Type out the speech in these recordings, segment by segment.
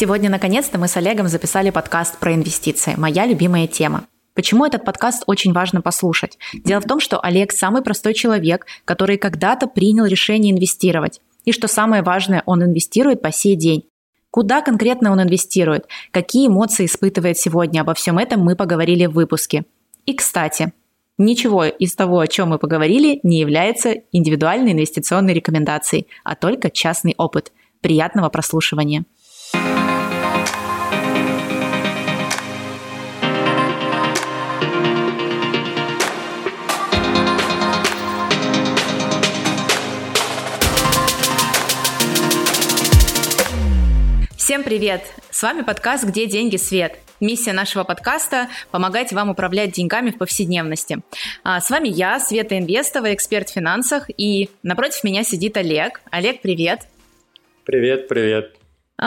Сегодня, наконец-то, мы с Олегом записали подкаст про инвестиции. Моя любимая тема. Почему этот подкаст очень важно послушать? Дело в том, что Олег самый простой человек, который когда-то принял решение инвестировать. И что самое важное, он инвестирует по сей день. Куда конкретно он инвестирует? Какие эмоции испытывает сегодня? Обо всем этом мы поговорили в выпуске. И, кстати, ничего из того, о чем мы поговорили, не является индивидуальной инвестиционной рекомендацией, а только частный опыт. Приятного прослушивания. Всем привет! С вами подкаст «Где деньги, Свет?». Миссия нашего подкаста – помогать вам управлять деньгами в повседневности. С вами я, Света Инвестова, эксперт в финансах, и напротив меня сидит Олег. Олег, привет! Привет!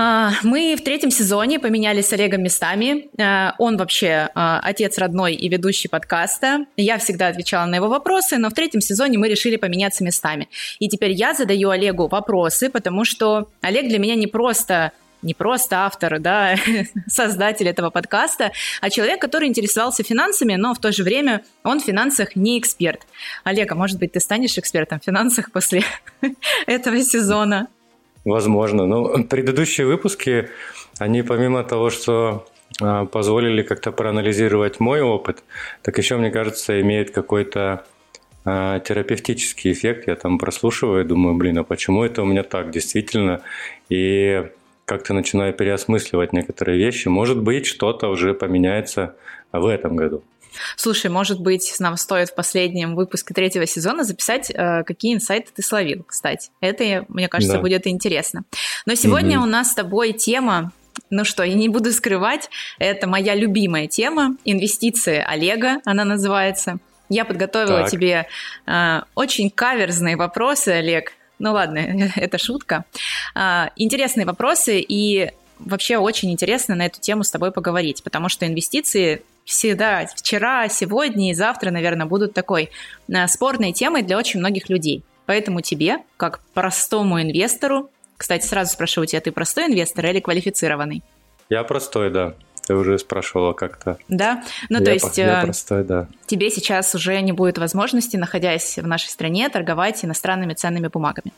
Мы в 3-м сезоне поменялись с Олегом местами. Он вообще отец родной и ведущий подкаста. Я всегда отвечала на его вопросы, но в 3-м сезоне мы решили поменяться местами. И теперь я задаю Олегу вопросы, потому что Олег для меня не просто автор, да, создатель этого подкаста, а человек, который интересовался финансами, но в то же время он в финансах не эксперт. Олег, а может быть, ты станешь экспертом в финансах после этого сезона? Возможно. Но предыдущие выпуски, они помимо того, что позволили как-то проанализировать мой опыт, так еще, мне кажется, имеют какой-то терапевтический эффект. Я там прослушиваю и думаю, а почему это у меня так действительно? И как-то начинаю переосмысливать некоторые вещи. Может быть, что-то уже поменяется в этом году. Слушай, может быть, нам стоит в последнем выпуске 3-го сезона записать, какие инсайты ты словил, кстати. Это, мне кажется, будет интересно. Но сегодня у нас с тобой тема, я не буду скрывать, это моя любимая тема, инвестиции Олега, она называется. Я подготовила тебе очень каверзные вопросы, Олег. Ну ладно, это шутка. Интересные вопросы, и вообще очень интересно на эту тему с тобой поговорить, потому что инвестиции всегда вчера, сегодня и завтра, наверное, будут такой спорной темой для очень многих людей. Поэтому тебе, как простому инвестору, кстати, сразу спрошу у тебя, ты простой инвестор или квалифицированный? Я простой, да. Ты уже спрашивала как-то. Да? Я простой, да. Тебе сейчас уже не будет возможности, находясь в нашей стране, торговать иностранными ценными бумагами.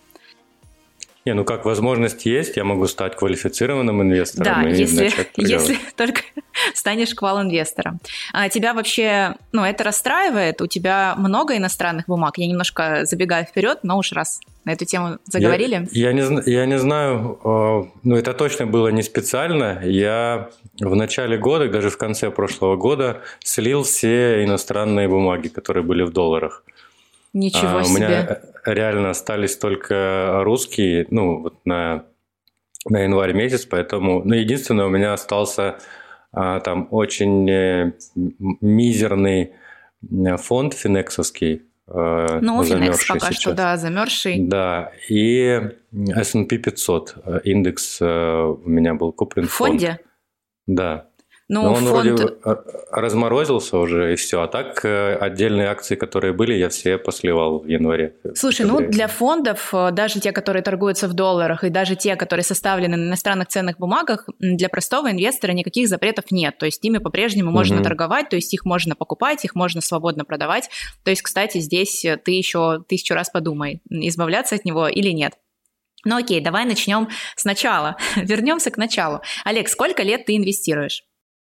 Как возможность есть, я могу стать квалифицированным инвестором. Да, если только станешь квал-инвестором. Тебя вообще, это расстраивает? У тебя много иностранных бумаг? Я немножко забегаю вперед, но уж раз на эту тему заговорили. Я не знаю, это точно было не специально. Я в начале года, даже в конце прошлого года, слил все иностранные бумаги, которые были в долларах. Ничего себе. У меня реально остались только русские, на январь месяц, поэтому, единственное, у меня остался там очень мизерный фонд финексовский. Финекс пока сейчас. Что, да, замерзший. Да, и S&P 500 индекс у меня был куплен в фонде? Да. Но он вроде разморозился уже, и все. А так отдельные акции, которые были, я все посливал в январе. Слушай, для фондов, даже те, которые торгуются в долларах, и даже те, которые составлены на иностранных ценных бумагах, для простого инвестора никаких запретов нет. То есть ими по-прежнему можно торговать, то есть их можно покупать, их можно свободно продавать. То есть, кстати, здесь ты еще 1000 раз подумай, избавляться от него или нет. Окей, давай начнем сначала. Вернемся к началу. Олег, сколько лет ты инвестируешь?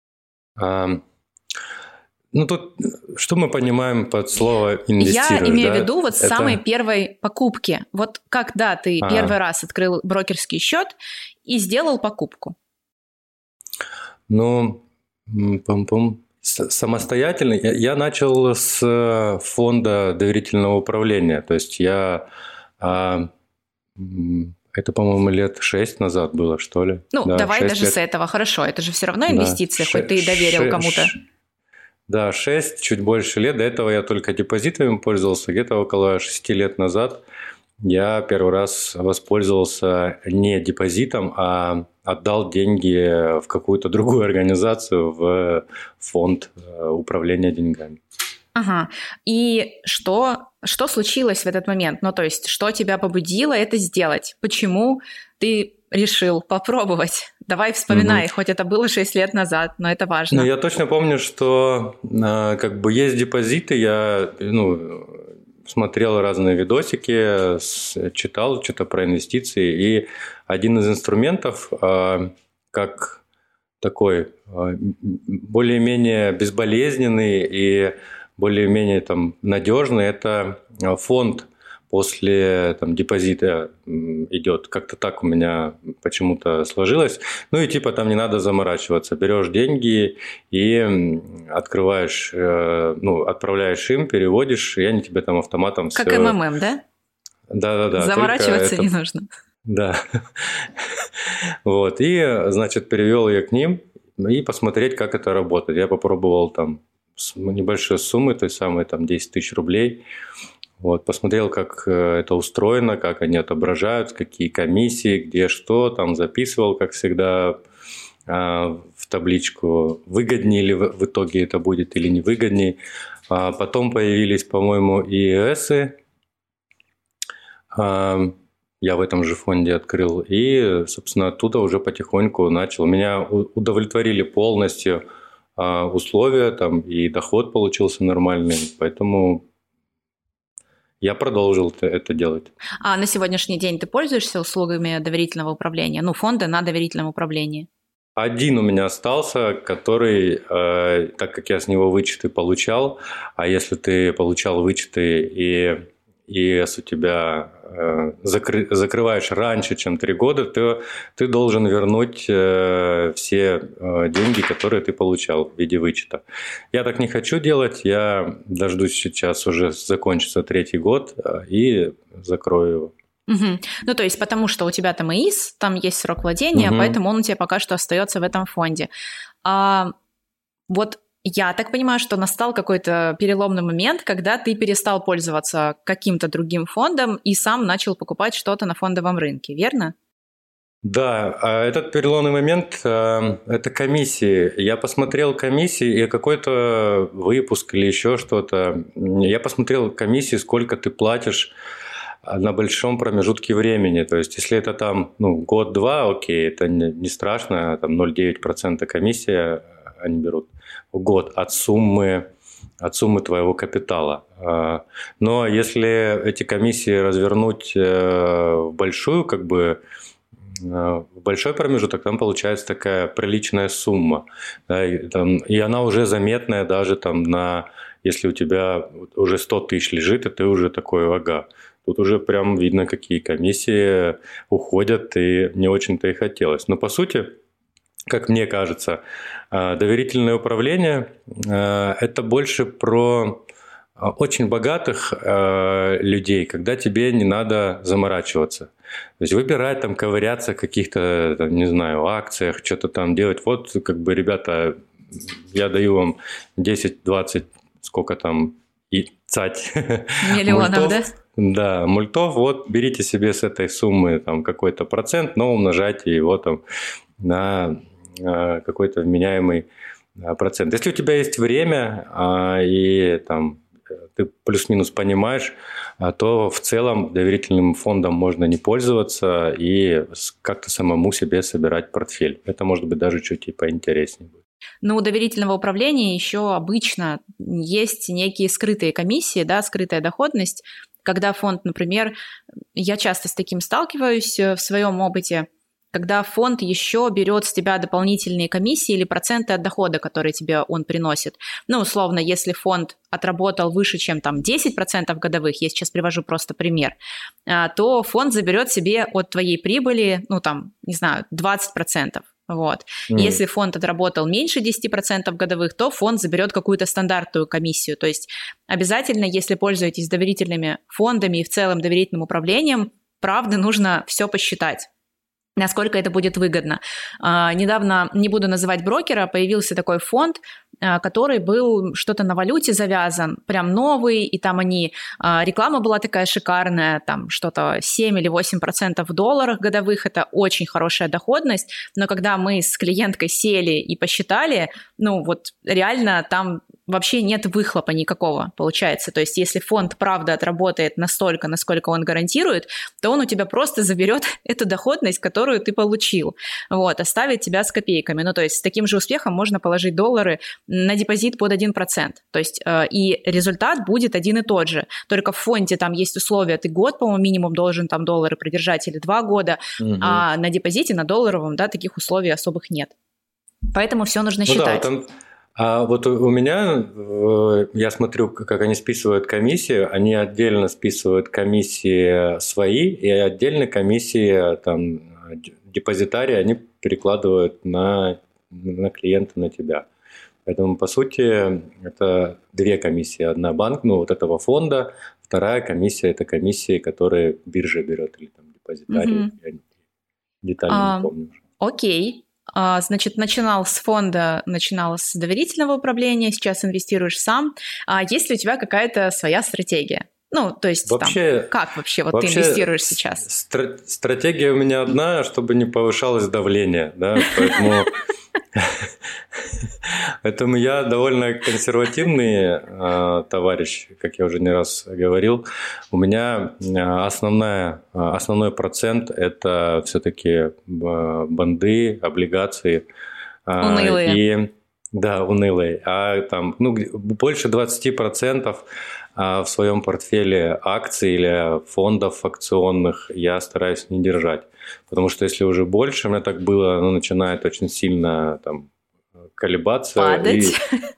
Тут что мы понимаем под слово «инвестируешь»? Я имею в виду с самой первой покупки. Вот когда ты первый раз открыл брокерский счет и сделал покупку? Самостоятельно. Я начал с фонда доверительного управления. То есть это, по-моему, лет 6 назад было, что ли? Давай даже с этого. Хорошо, это же все равно инвестиция, хоть ты и доверил кому-то. Да, 6, чуть больше лет. До этого я только депозитами пользовался. Где-то около 6 лет назад я первый раз воспользовался не депозитом, а отдал деньги в какую-то другую организацию, в фонд управления деньгами. Ага. И что случилось в этот момент? То есть, что тебя побудило это сделать? Почему ты решил попробовать? Давай вспоминай, хоть это было 6 лет назад, но это важно. Ну, я точно помню, что как бы есть депозиты, я смотрел разные видосики, читал что-то про инвестиции, и один из инструментов, как такой более-менее безболезненный и более-менее там надежный, это фонд после там, депозита идет. Как-то так у меня почему-то сложилось. Ну и типа там не надо заморачиваться. Берешь деньги и открываешь, отправляешь им, переводишь, и они тебе там автоматом как все... Как МММ, да? Да. Заморачиваться не нужно. Да. Вот. И, значит, перевел я к ним и посмотреть, как это работает. Я попробовал там с небольшой суммы, той самой там 10 тысяч рублей. Вот, посмотрел, как это устроено, как они отображают, какие комиссии, где что, там записывал, как всегда, в табличку, выгоднее ли в итоге это будет или не выгоднее. Потом появились, по-моему, ИЭСы. Я в этом же фонде открыл. И, собственно, оттуда уже потихоньку начал. Меня удовлетворили полностью условия, там и доход получился нормальный. Поэтому я продолжил это делать. А на сегодняшний день ты пользуешься услугами доверительного управления? Ну, фонда на доверительном управлении? Один у меня остался, который, так как я с него вычеты получал, а если ты получал вычеты и если у тебя закрываешь раньше, чем 3 года, то ты должен вернуть все деньги, которые ты получал в виде вычета. Я так не хочу делать, я дождусь сейчас уже закончится 3-й год и закрою его. Угу. Ну, то есть потому что у тебя там ИИС, там есть срок владения, поэтому он у тебя пока что остается в этом фонде. Вот я так понимаю, что настал какой-то переломный момент, когда ты перестал пользоваться каким-то другим фондом и сам начал покупать что-то на фондовом рынке, верно? Да, этот переломный момент – это комиссии. Я посмотрел комиссии и какой-то выпуск или еще что-то. Я посмотрел комиссии, сколько ты платишь на большом промежутке времени. То есть, если это там год-два, окей, это не страшно, там 0,9% комиссия они берут в год от суммы твоего капитала. Но если эти комиссии развернуть в большой промежуток, там получается такая приличная сумма. Да, и она уже заметная даже если у тебя уже 100 тысяч лежит, и ты уже такой, ага. Тут уже прям видно, какие комиссии уходят, и не очень-то и хотелось. Но по сути, как мне кажется, доверительное управление – это больше про очень богатых людей, когда тебе не надо заморачиваться. То есть выбирать, ковыряться в каких-то, не знаю, акциях, что-то там делать. Вот, ребята, я даю вам 10-20, сколько там, и цать миллионов, мультов. Да? Да, мультов, вот берите себе с этой суммы какой-то процент, но умножайте его на какой-то вменяемый процент. Если у тебя есть время и ты плюс-минус понимаешь, то в целом доверительным фондом можно не пользоваться и как-то самому себе собирать портфель. Это может быть даже чуть и поинтереснее будет. Ну, у доверительного управления еще обычно есть некие скрытые комиссии, да, скрытая доходность, когда фонд, например, я часто с таким сталкиваюсь в своем опыте, когда фонд еще берет с тебя дополнительные комиссии или проценты от дохода, которые тебе он приносит. Ну, условно, если фонд отработал выше, чем 10% годовых, я сейчас привожу просто пример, то фонд заберет себе от твоей прибыли, 20%. Вот. Если фонд отработал меньше 10% годовых, то фонд заберет какую-то стандартную комиссию. То есть обязательно, если пользуетесь доверительными фондами и в целом доверительным управлением, правда, нужно все посчитать, насколько это будет выгодно. Недавно, не буду называть брокера, появился такой фонд, который был что-то на валюте завязан, прям новый, и там реклама была такая шикарная, там что-то 7 или 8% в долларах годовых, это очень хорошая доходность, но когда мы с клиенткой сели и посчитали, реально там вообще нет выхлопа никакого, получается. То есть если фонд правда отработает настолько, насколько он гарантирует, то он у тебя просто заберет эту доходность, которую ты получил, вот, оставит тебя с копейками. Ну, то есть с таким же успехом можно положить доллары на депозит под 1%. То есть и результат будет один и тот же. Только в фонде там есть условия, ты год, по-моему, минимум должен там доллары продержать или 2 года, а на депозите, на долларовом, да, таких условий особых нет. Поэтому все нужно считать. Да, а вот у меня, я смотрю, как они списывают комиссии, они отдельно списывают комиссии свои, и отдельно комиссии там, депозитарии они перекладывают на клиента, на тебя. Поэтому, по сути, это 2 комиссии. Одна банк, ну, вот этого фонда, вторая комиссия – это комиссии, которые биржа берет, или там депозитарий. Я детально не помню уже. Окей. Значит, начинал с фонда, начинал с доверительного управления, сейчас инвестируешь сам. Есть ли у тебя какая-то своя стратегия? Ну, то есть, вообще, там, как вообще вот ты инвестируешь сейчас? Стратегия у меня одна, чтобы не повышалось давление, да, поэтому я довольно консервативный товарищ, как я уже не раз говорил. У меня основной процент – это все-таки банды, облигации. Унылые. Да, унылые. А там, больше 20% в своем портфеле акций или фондов акционных я стараюсь не держать. Потому что если уже больше, у меня так было, начинает очень сильно там колебаться. Падать.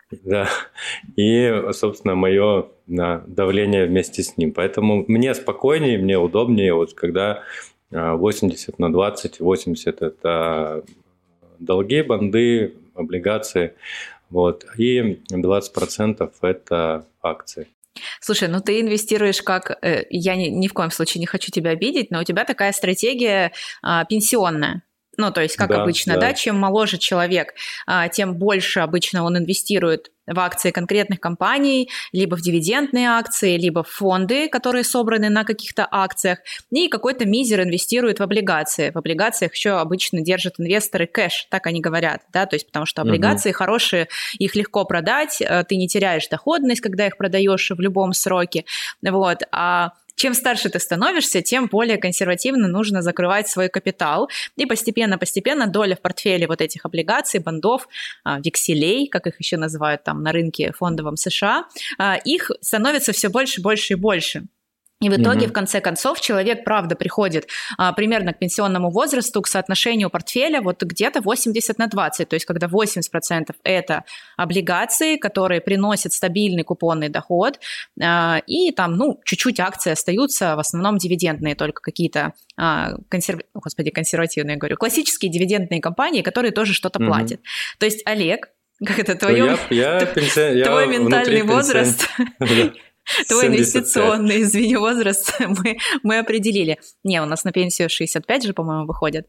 И, собственно, мое давление вместе с ним. Поэтому мне спокойнее, мне удобнее, вот когда 80/20, 80 – это долги, банды, облигации, вот, и 20% – это акции. Слушай, ты инвестируешь как... Я ни в коем случае не хочу тебя обидеть, но у тебя такая стратегия пенсионная. Ну, то есть, как обычно, да, чем моложе человек, тем больше обычно он инвестирует в акции конкретных компаний, либо в дивидендные акции, либо в фонды, которые собраны на каких-то акциях, и какой-то мизер инвестирует в облигации. В облигациях еще обычно держат инвесторы кэш, так они говорят, да, то есть потому что облигации хорошие, их легко продать, ты не теряешь доходность, когда их продаешь в любом сроке, вот, а чем старше ты становишься, тем более консервативно нужно закрывать свой капитал. И постепенно доля в портфеле вот этих облигаций, бандов, векселей, как их еще называют там на рынке фондовом США, их становится все больше, больше и больше. И в итоге, в конце концов, человек, правда, приходит примерно к пенсионному возрасту, к соотношению портфеля вот где-то 80/20. То есть, когда 80% это облигации, которые приносят стабильный купонный доход, и там, чуть-чуть акции остаются, в основном дивидендные, только какие-то консервативные, говорю, классические дивидендные компании, которые тоже что-то платят. То есть, Олег, как это твой ментальный возраст... Твой 75. Инвестиционный, извини, возраст мы определили. Не, у нас на пенсию 65 же, по-моему, выходит.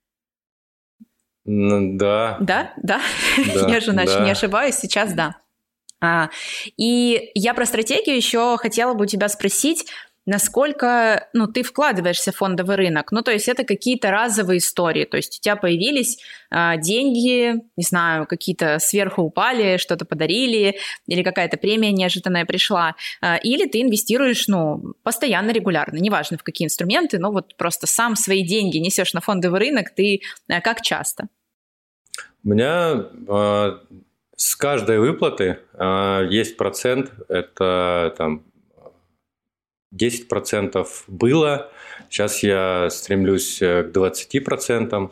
Да. Да? Я же, значит, не ошибаюсь, сейчас да. И я про стратегию еще хотела бы у тебя спросить, насколько, ты вкладываешься в фондовый рынок. То есть это какие-то разовые истории. То есть у тебя появились деньги, не знаю, какие-то сверху упали, что-то подарили, или какая-то премия неожиданная пришла. Или ты инвестируешь, постоянно, регулярно, неважно в какие инструменты, просто сам свои деньги несешь на фондовый рынок, ты как часто? У меня с каждой выплаты есть процент, это там 10% было, сейчас я стремлюсь к 20%.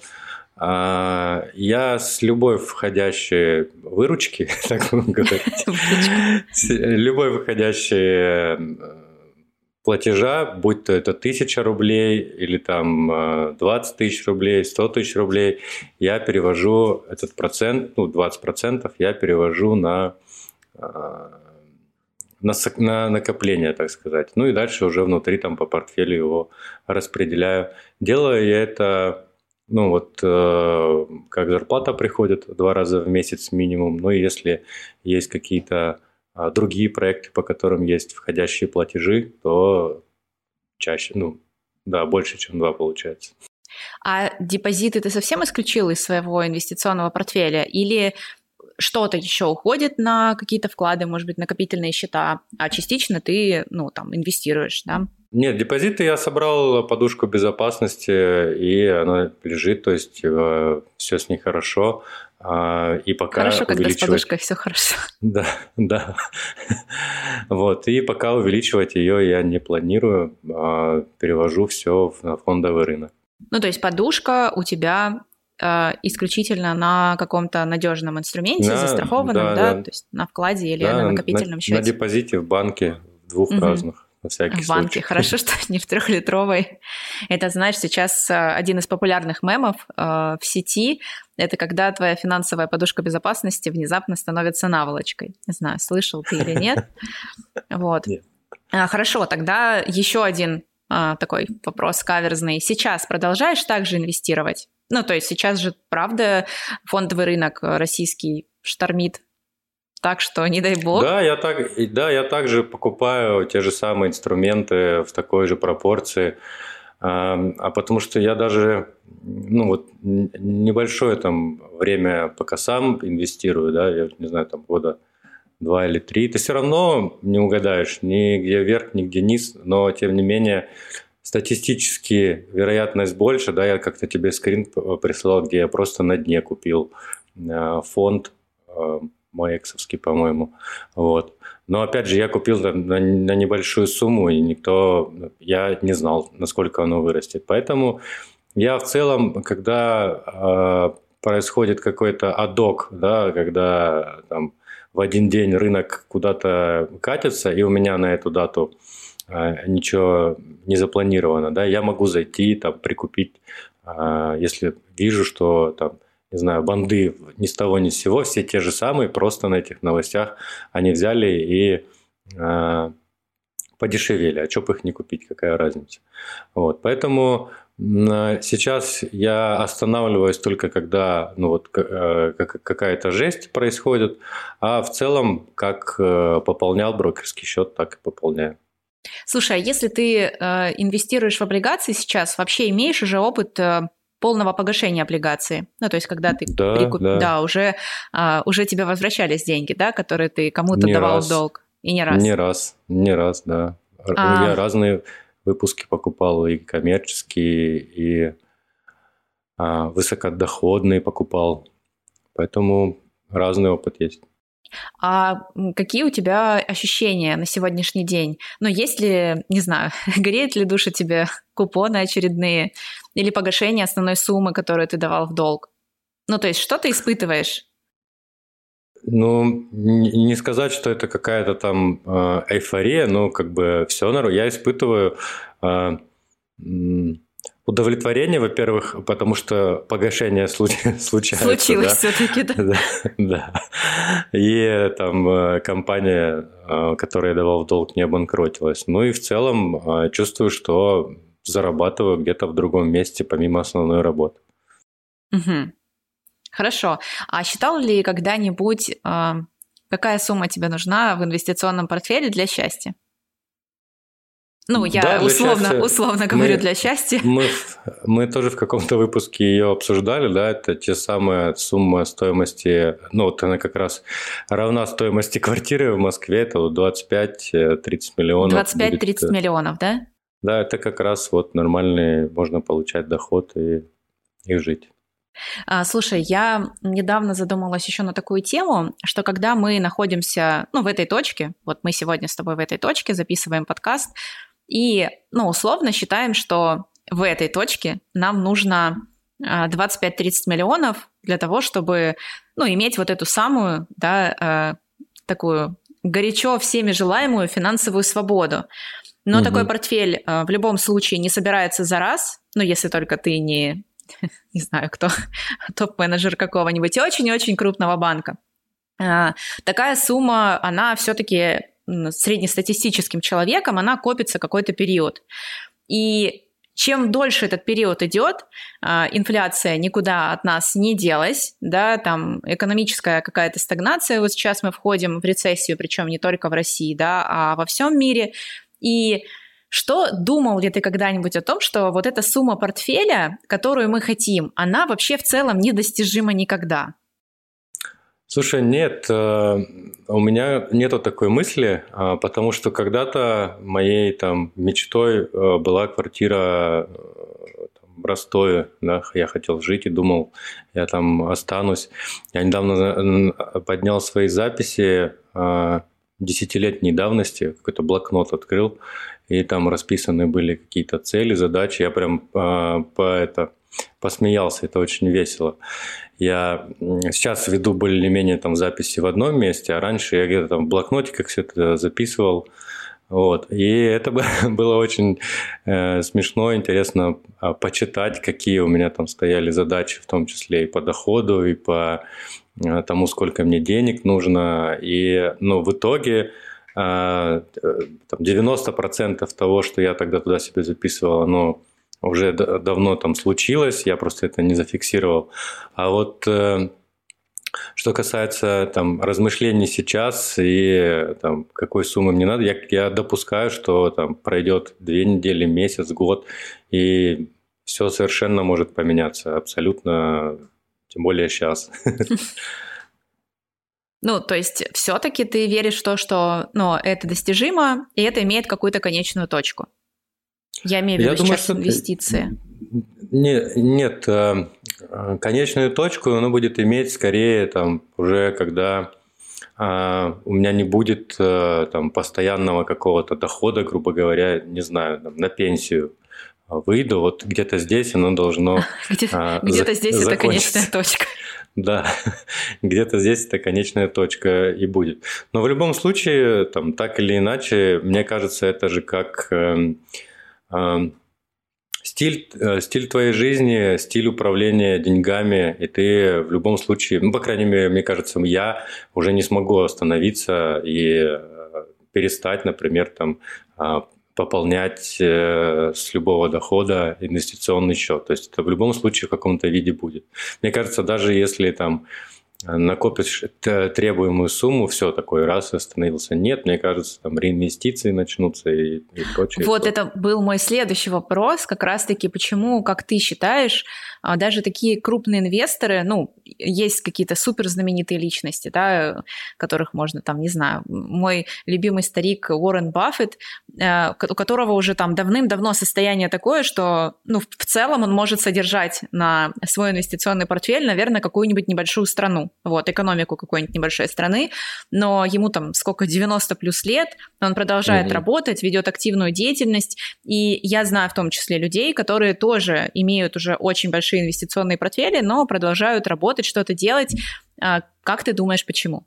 Я с любой входящей выручки, так говорить, любой выходящей платежа, будь то это 1000 рублей или там 20 тысяч рублей, 100 тысяч рублей, я перевожу этот процент, 20% я перевожу на накопление, так сказать. И дальше уже внутри там по портфелю его распределяю. Делаю я это, как зарплата приходит 2 раза в месяц минимум. И если есть какие-то другие проекты, по которым есть входящие платежи, то чаще, больше, чем 2 получается. А депозиты ты совсем исключил из своего инвестиционного портфеля? Или что-то еще уходит на какие-то вклады, может быть, накопительные счета, а частично ты, инвестируешь, да? Нет, депозиты я собрал подушку безопасности, и она лежит, то есть все с ней хорошо. И пока хорошо, когда с подушкой все хорошо. Да, да. Вот, и пока увеличивать ее я не планирую, перевожу все на фондовый рынок. То есть подушка у тебя исключительно на каком-то надежном инструменте, застрахованном, да? То есть на вкладе или на накопительном счете? На депозите в банке, в двух разных. В банке. Хорошо, что не в 3-литровой. Это, знаешь, сейчас один из популярных мемов в сети. Это когда твоя финансовая подушка безопасности внезапно становится наволочкой. Не знаю, слышал ты или нет. Вот. Нет. Хорошо, тогда еще один такой вопрос каверзный. Сейчас продолжаешь также инвестировать? То есть сейчас же, правда, фондовый рынок российский штормит. Так что, не дай бог. Да, я также покупаю те же самые инструменты в такой же пропорции. Потому что я даже небольшое там время пока сам инвестирую, да, я не знаю, там года 2 или 3, ты все равно не угадаешь ни где вверх, ни где низ, но тем не менее статистически вероятность больше, да, я как-то тебе скрин присылал, где я просто на дне купил фонд мой эксовский, по-моему. Вот. Но опять же, я купил на небольшую сумму, и я не знал, насколько оно вырастет. Поэтому я в целом, когда происходит какой-то адок, да, когда там в один день рынок куда-то катится, и у меня на эту дату ничего не запланировано, да, я могу зайти, там, прикупить, если вижу, что там, не знаю, банды ни с того ни с сего, все те же самые, просто на этих новостях они взяли и подешевели. А что бы их не купить, какая разница? Вот, поэтому сейчас я останавливаюсь только когда какая-то жесть происходит, а в целом, как пополнял брокерский счет, так и пополняю. Слушай, а если ты инвестируешь в облигации сейчас, вообще имеешь уже опыт полного погашения облигации? То есть когда ты уже тебе возвращались деньги, да, которые ты кому-то давал в долг? И не раз? Не раз, да. Я разные выпуски покупал, и коммерческие, и высокодоходные покупал. Поэтому разный опыт есть. А какие у тебя ощущения на сегодняшний день? Есть ли, не знаю, греет ли душа тебе купоны очередные или погашение основной суммы, которую ты давал в долг? То есть что ты испытываешь? Не сказать, что это какая-то там эйфория, но все нормально. Я испытываю удовлетворение, во-первых, потому что погашение случается. Случилось все-таки, да? Да. И там компания, которой я давал в долг, не обанкротилась. И в целом чувствую, что зарабатываю где-то в другом месте, помимо основной работы. Угу. Хорошо. А считал ли когда-нибудь, какая сумма тебе нужна в инвестиционном портфеле для счастья? Я условно говорю для счастья. Мы тоже в каком-то выпуске ее обсуждали, да, это те самые суммы стоимости, она как раз равна стоимости квартиры в Москве, это 25-30 миллионов. 25-30 миллионов, да? Да, это как раз нормальный, можно получать доход и жить. Слушай, я недавно задумалась еще на такую тему, что когда мы находимся, в этой точке, мы сегодня с тобой в этой точке записываем подкаст, и, условно считаем, что в этой точке нам нужно 25-30 миллионов для того, чтобы, иметь эту самую, да, такую горячо всеми желаемую финансовую свободу. Но такой портфель в любом случае не собирается за раз, если только ты не знаю кто, топ-менеджер какого-нибудь очень-очень крупного банка. Такая сумма, она все-таки среднестатистическим человеком, она копится какой-то период. И чем дольше этот период идет, инфляция никуда от нас не делась, да, там экономическая какая-то стагнация, сейчас мы входим в рецессию, причем не только в России, да, а во всем мире. И думал ли ты когда-нибудь о том, что эта сумма портфеля, которую мы хотим, она вообще в целом недостижима никогда? Слушай, нет, у меня нету такой мысли, потому что когда-то моей там мечтой была квартира в Ростове, да, я хотел жить и думал, я там останусь. Я недавно поднял свои записи десятилетней давности, какой-то блокнот открыл, и там расписаны были какие-то цели, задачи. Я прям посмеялся, это очень весело. Я сейчас веду более-менее там записи в одном месте, а раньше я где-то там в блокнотиках все это записывал. Вот. И это было очень смешно, интересно почитать, какие у меня там стояли задачи, в том числе и по доходу, и по тому, сколько мне денег нужно. И в итоге там 90% того, что я тогда туда себе записывал, оно уже давно там случилось, я просто это не зафиксировал. А вот что касается там размышлений сейчас и там какой суммы мне надо, я допускаю, что там пройдет 2 недели, месяц, год, и все совершенно может поменяться, абсолютно, тем более сейчас. То есть все-таки ты веришь в то, что это достижимо, и это имеет какую-то конечную точку? Я имею в виду сейчас инвестиции. Нет, конечную точку оно будет иметь скорее там уже когда у меня не будет там постоянного какого-то дохода, грубо говоря, не знаю, там, на пенсию выйду, вот где-то здесь оно должно где-то здесь это конечная точка. Да, где-то здесь это конечная точка и будет. Но в любом случае, там, так или иначе, мне кажется, это же как стиль твоей жизни, стиль управления деньгами, и ты в любом случае, по крайней мере, мне кажется, я уже не смогу остановиться и перестать, например, там, пополнять с любого дохода инвестиционный счет. То есть это в любом случае в каком-то виде будет. Мне кажется, даже если там накопишь требуемую сумму, все, такой раз остановился. Нет, мне кажется, там реинвестиции начнутся и прочее. Вот это был мой следующий вопрос, как раз-таки, почему, как ты считаешь, даже такие крупные инвесторы, есть какие-то суперзнаменитые личности, да, которых можно там, не знаю, мой любимый старик Уоррен Баффет, у которого уже там давным-давно состояние такое, что, в целом он может содержать на свой инвестиционный портфель, наверное, какую-нибудь небольшую страну. Экономику какой-нибудь небольшой страны, но ему там сколько, 90 плюс лет, он продолжает работать, ведет активную деятельность, и я знаю в том числе людей, которые тоже имеют уже очень большие инвестиционные портфели, но продолжают работать, что-то делать. Как ты думаешь, почему?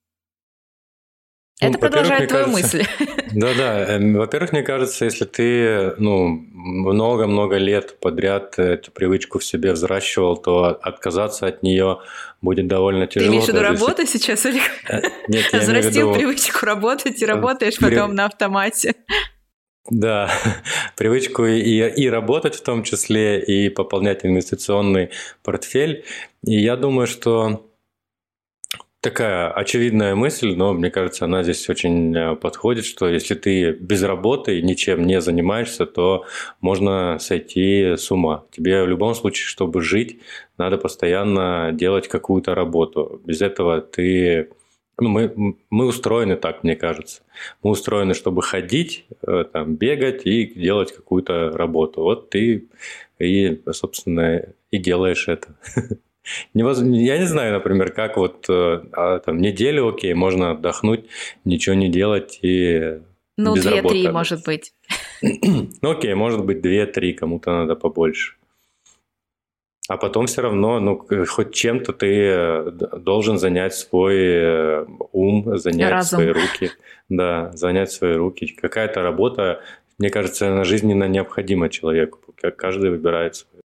Это продолжает твою мысль. Да. Во-первых, мне кажется, если ты много-много лет подряд эту привычку в себе взращивал, то отказаться от нее будет довольно тяжело. Ты имеешь в виду работу сейчас? Или нет, я взрастил привычку работать и работаешь потом на автомате? Да, привычку и работать в том числе, и пополнять инвестиционный портфель. И я думаю, что такая очевидная мысль, но мне кажется, она здесь очень подходит, что если ты без работы и ничем не занимаешься, то можно сойти с ума. Тебе в любом случае, чтобы жить, надо постоянно делать какую-то работу. Без этого ты... мы устроены так, мне кажется. Мы устроены, чтобы ходить, там, бегать и делать какую-то работу. Вот ты и, собственно, и делаешь это. Я не знаю, например, как там неделю, окей, можно отдохнуть, ничего не делать и без работы. 2-3, может быть. Окей, может быть 2-3, кому-то надо побольше. А потом все равно, хоть чем-то ты должен занять свой ум, занять свои руки. Да, занять свои руки. Какая-то работа, мне кажется, она жизненно необходима человеку. Каждый выбирает свою.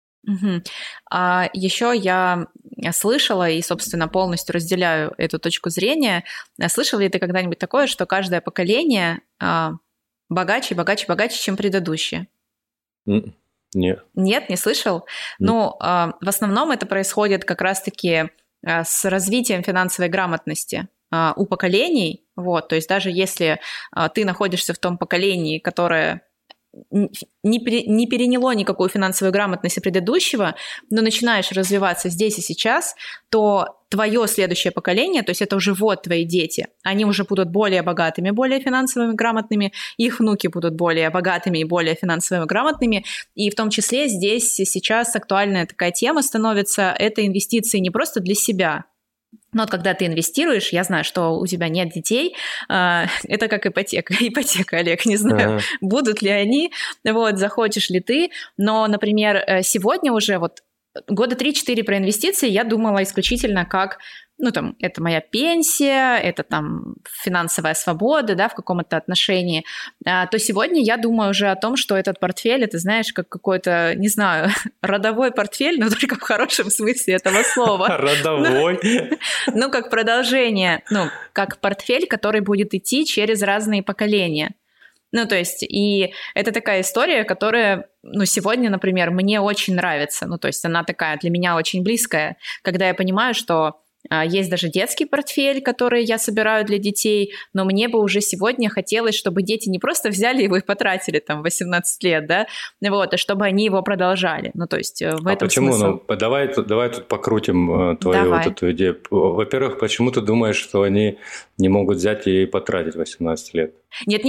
А еще я слышала и, собственно, полностью разделяю эту точку зрения. Слышал ли ты когда-нибудь такое, что каждое поколение богаче, богаче, богаче, чем предыдущее? Нет. Нет, не слышал? В основном это происходит как раз-таки с развитием финансовой грамотности у поколений. То есть даже если ты находишься в том поколении, которое не переняло никакую финансовую грамотность предыдущего, но начинаешь развиваться здесь и сейчас, то твое следующее поколение, то есть это уже вот твои дети, они уже будут более богатыми, более финансовыми грамотными, их внуки будут более богатыми и более финансовыми грамотными, и в том числе здесь сейчас актуальная такая тема становится, это инвестиции не просто для себя. Но вот когда ты инвестируешь, я знаю, что у тебя нет детей, это как ипотека, Олег, не знаю, будут ли они, вот, захочешь ли ты, но, например, сегодня уже вот года 3-4 про инвестиции я думала исключительно как, ну, там, это моя пенсия, это там финансовая свобода, да, в каком-то отношении, то сегодня я думаю уже о том, что этот портфель, это, знаешь, как какой-то, не знаю, родовой портфель, но только в хорошем смысле этого слова. Родовой? Ну, как продолжение, ну, как портфель, который будет идти через разные поколения. Ну, то есть, и это такая история, которая, ну, сегодня, например, мне очень нравится. Ну, то есть, она такая для меня очень близкая, когда я понимаю, что есть даже детский портфель, который я собираю для детей, но мне бы уже сегодня хотелось, чтобы дети не просто взяли его и потратили там 18 лет, да, вот, а чтобы они его продолжали. Ну, то есть, в этом почему? смысл. Ну, давай тут покрутим твою вот эту идею. Во-первых, почему ты думаешь, что они не могут взять и потратить 18 лет? Нет,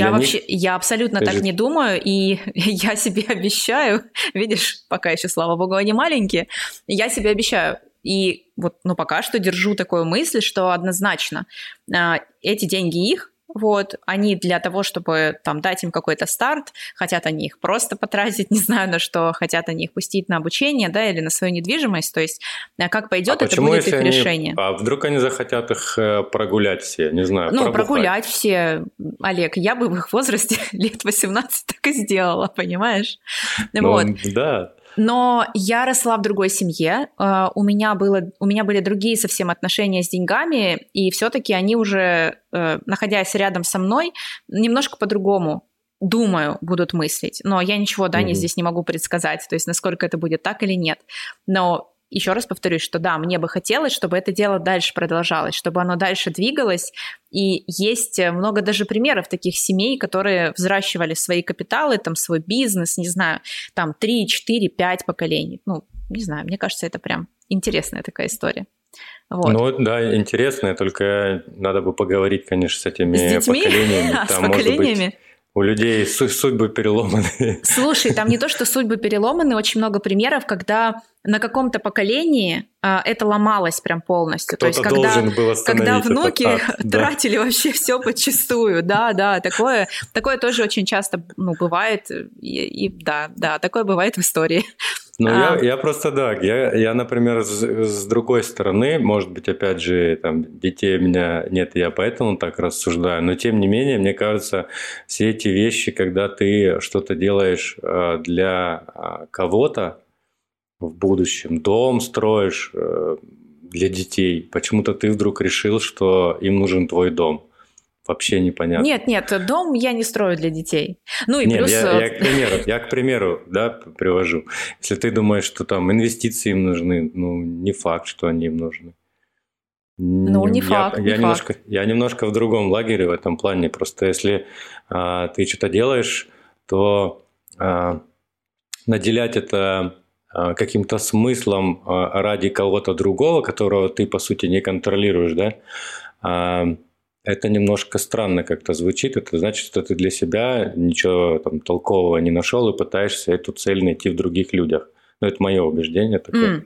я абсолютно так не думаю, и я себе обещаю, видишь, пока еще, слава богу, они маленькие, я себе обещаю, и вот, ну, пока что держу такую мысль, что однозначно эти деньги их, вот, они для того, чтобы там дать им какой-то старт, хотят они их просто потратить, не знаю на что, хотят они их пустить на обучение, да, или на свою недвижимость, то есть как пойдет, это будет их решение. А вдруг они захотят их прогулять все, не знаю, ну, прогулять все, Олег, я бы в их возрасте лет 18 так и сделала, понимаешь? Вот. Да. Но я росла в другой семье, у меня были другие совсем отношения с деньгами, и все-таки они уже, находясь рядом со мной, немножко по-другому, думаю, будут мыслить. Но я ничего, здесь не могу предсказать, то есть насколько это будет так или нет. Но еще раз повторюсь, что да, мне бы хотелось, чтобы это дело дальше продолжалось, чтобы оно дальше двигалось. И есть много даже примеров таких семей, которые взращивали свои капиталы, там, свой бизнес, не знаю, там 3, 4, 5 поколений. Ну, не знаю, мне кажется, это прям интересная такая история. Вот. Ну да, интересная, только надо бы поговорить, конечно, с этими поколениями. С поколениями? У людей судьбы переломаны. Слушай, там не то, что судьбы переломаны, очень много примеров, когда на каком-то поколении это ломалось прям полностью. Кто-то то есть, должен был остановить когда внуки этот тратили вообще все подчистую. Да, такое тоже очень часто бывает. И да, такое бывает в истории. Ну, я просто, да, я, например, с другой стороны, может быть, опять же, там, детей у меня нет, я поэтому так рассуждаю, но тем не менее, мне кажется, все эти вещи, когда ты что-то делаешь для кого-то в будущем, дом строишь для детей, почему-то ты вдруг решил, что им нужен твой дом. Вообще непонятно. Нет, дом я не строю для детей. Ну и Нет, плюс... я к примеру, да, привожу. Если ты думаешь, что там инвестиции им нужны, ну, не факт, что они им нужны. Ну, не факт. Я немножко в другом лагере в этом плане. Просто если ты что-то делаешь, то наделять это каким-то смыслом ради кого-то другого, которого ты, по сути, не контролируешь, да, это немножко странно как-то звучит. Это значит, что ты для себя ничего там толкового не нашел и пытаешься эту цель найти в других людях. Ну, это мое убеждение такое.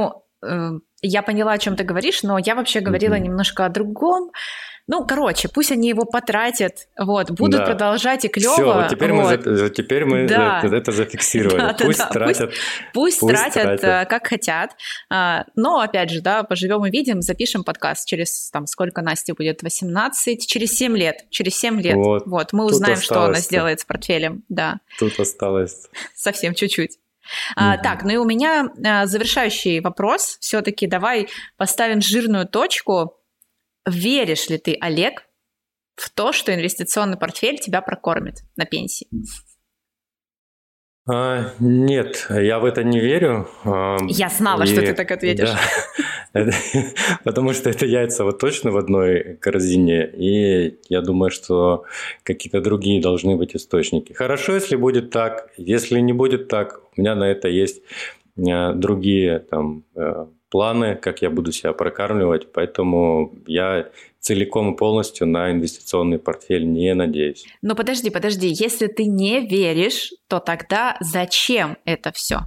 Я поняла, о чем ты говоришь, но я вообще говорила немножко о другом. Ну, короче, пусть они его потратят, вот, будут продолжать и клево. Все, вот теперь мы это зафиксировали. Пусть тратят, как хотят. Но, опять же, да, поживем и видим, запишем подкаст через, там, сколько Насте будет, 18, через 7 лет. Вот, мы узнаем, что она сделает с портфелем. Да. Тут осталось. Совсем чуть-чуть. Так, ну и у меня завершающий вопрос. Все-таки давай поставим жирную точку. Веришь ли ты, Олег, в то, что инвестиционный портфель тебя прокормит на пенсии? Нет, я в это не верю. Я знала, что ты так ответишь. Потому что это яйца вот точно в одной корзине, и я думаю, что какие-то другие должны быть источники. Хорошо, если будет так. Если не будет так, у меня на это есть другие там планы, как я буду себя прокармливать, поэтому я целиком и полностью на инвестиционный портфель не надеюсь. Но подожди, если ты не веришь, то тогда зачем это все?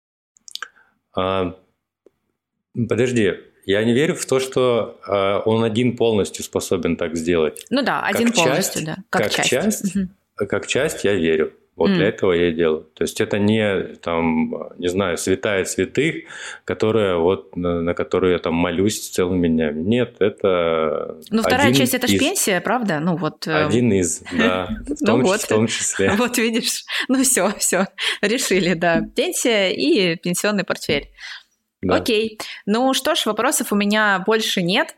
Подожди, я не верю в то, что он один полностью способен так сделать. Ну да, один как полностью, часть, да. Как часть я верю. Вот для этого я и делаю. То есть это не, там, не знаю, святая святых, которая вот, на которую я там молюсь целыми днями. Нет, это... Ну, вторая часть – это ж пенсия, правда? Ну, вот... Один из, да, в том числе. Вот видишь, ну все, решили, да. Пенсия и пенсионный портфель. Да. Окей. Ну что ж, вопросов у меня больше нет.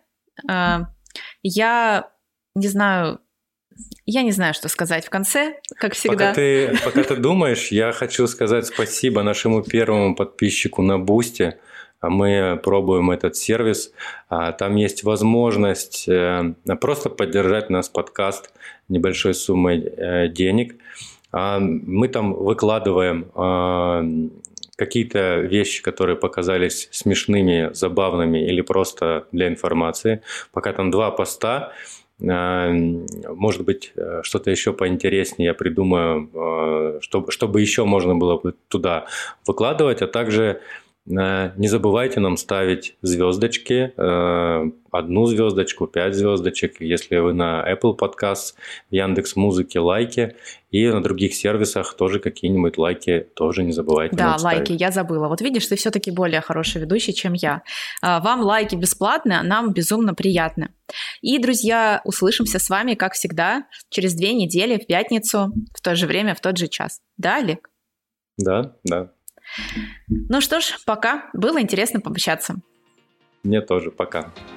Я не знаю, что сказать в конце, как всегда. Пока ты думаешь, я хочу сказать спасибо нашему первому подписчику на Boosty. Мы пробуем этот сервис. Там есть возможность просто поддержать наш подкаст небольшой суммой денег. Мы там выкладываем какие-то вещи, которые показались смешными, забавными или просто для информации. Пока там 2 поста. Может быть, что-то еще поинтереснее я придумаю, чтобы еще можно было бы туда выкладывать, а также не забывайте нам ставить звездочки, 1 звездочку, 5 звездочек, если вы на Apple Podcast, в Яндекс.Музыке лайки, и на других сервисах тоже какие-нибудь лайки тоже не забывайте нам ставить. Да, лайки, я забыла. Вот видишь, ты все-таки более хороший ведущий, чем я. Вам лайки бесплатно, нам безумно приятно. И, друзья, услышимся с вами, как всегда, через 2 недели, в пятницу, в то же время, в тот же час. Да, Олег? Да. Ну что ж, пока. Было интересно пообщаться. Мне тоже. Пока.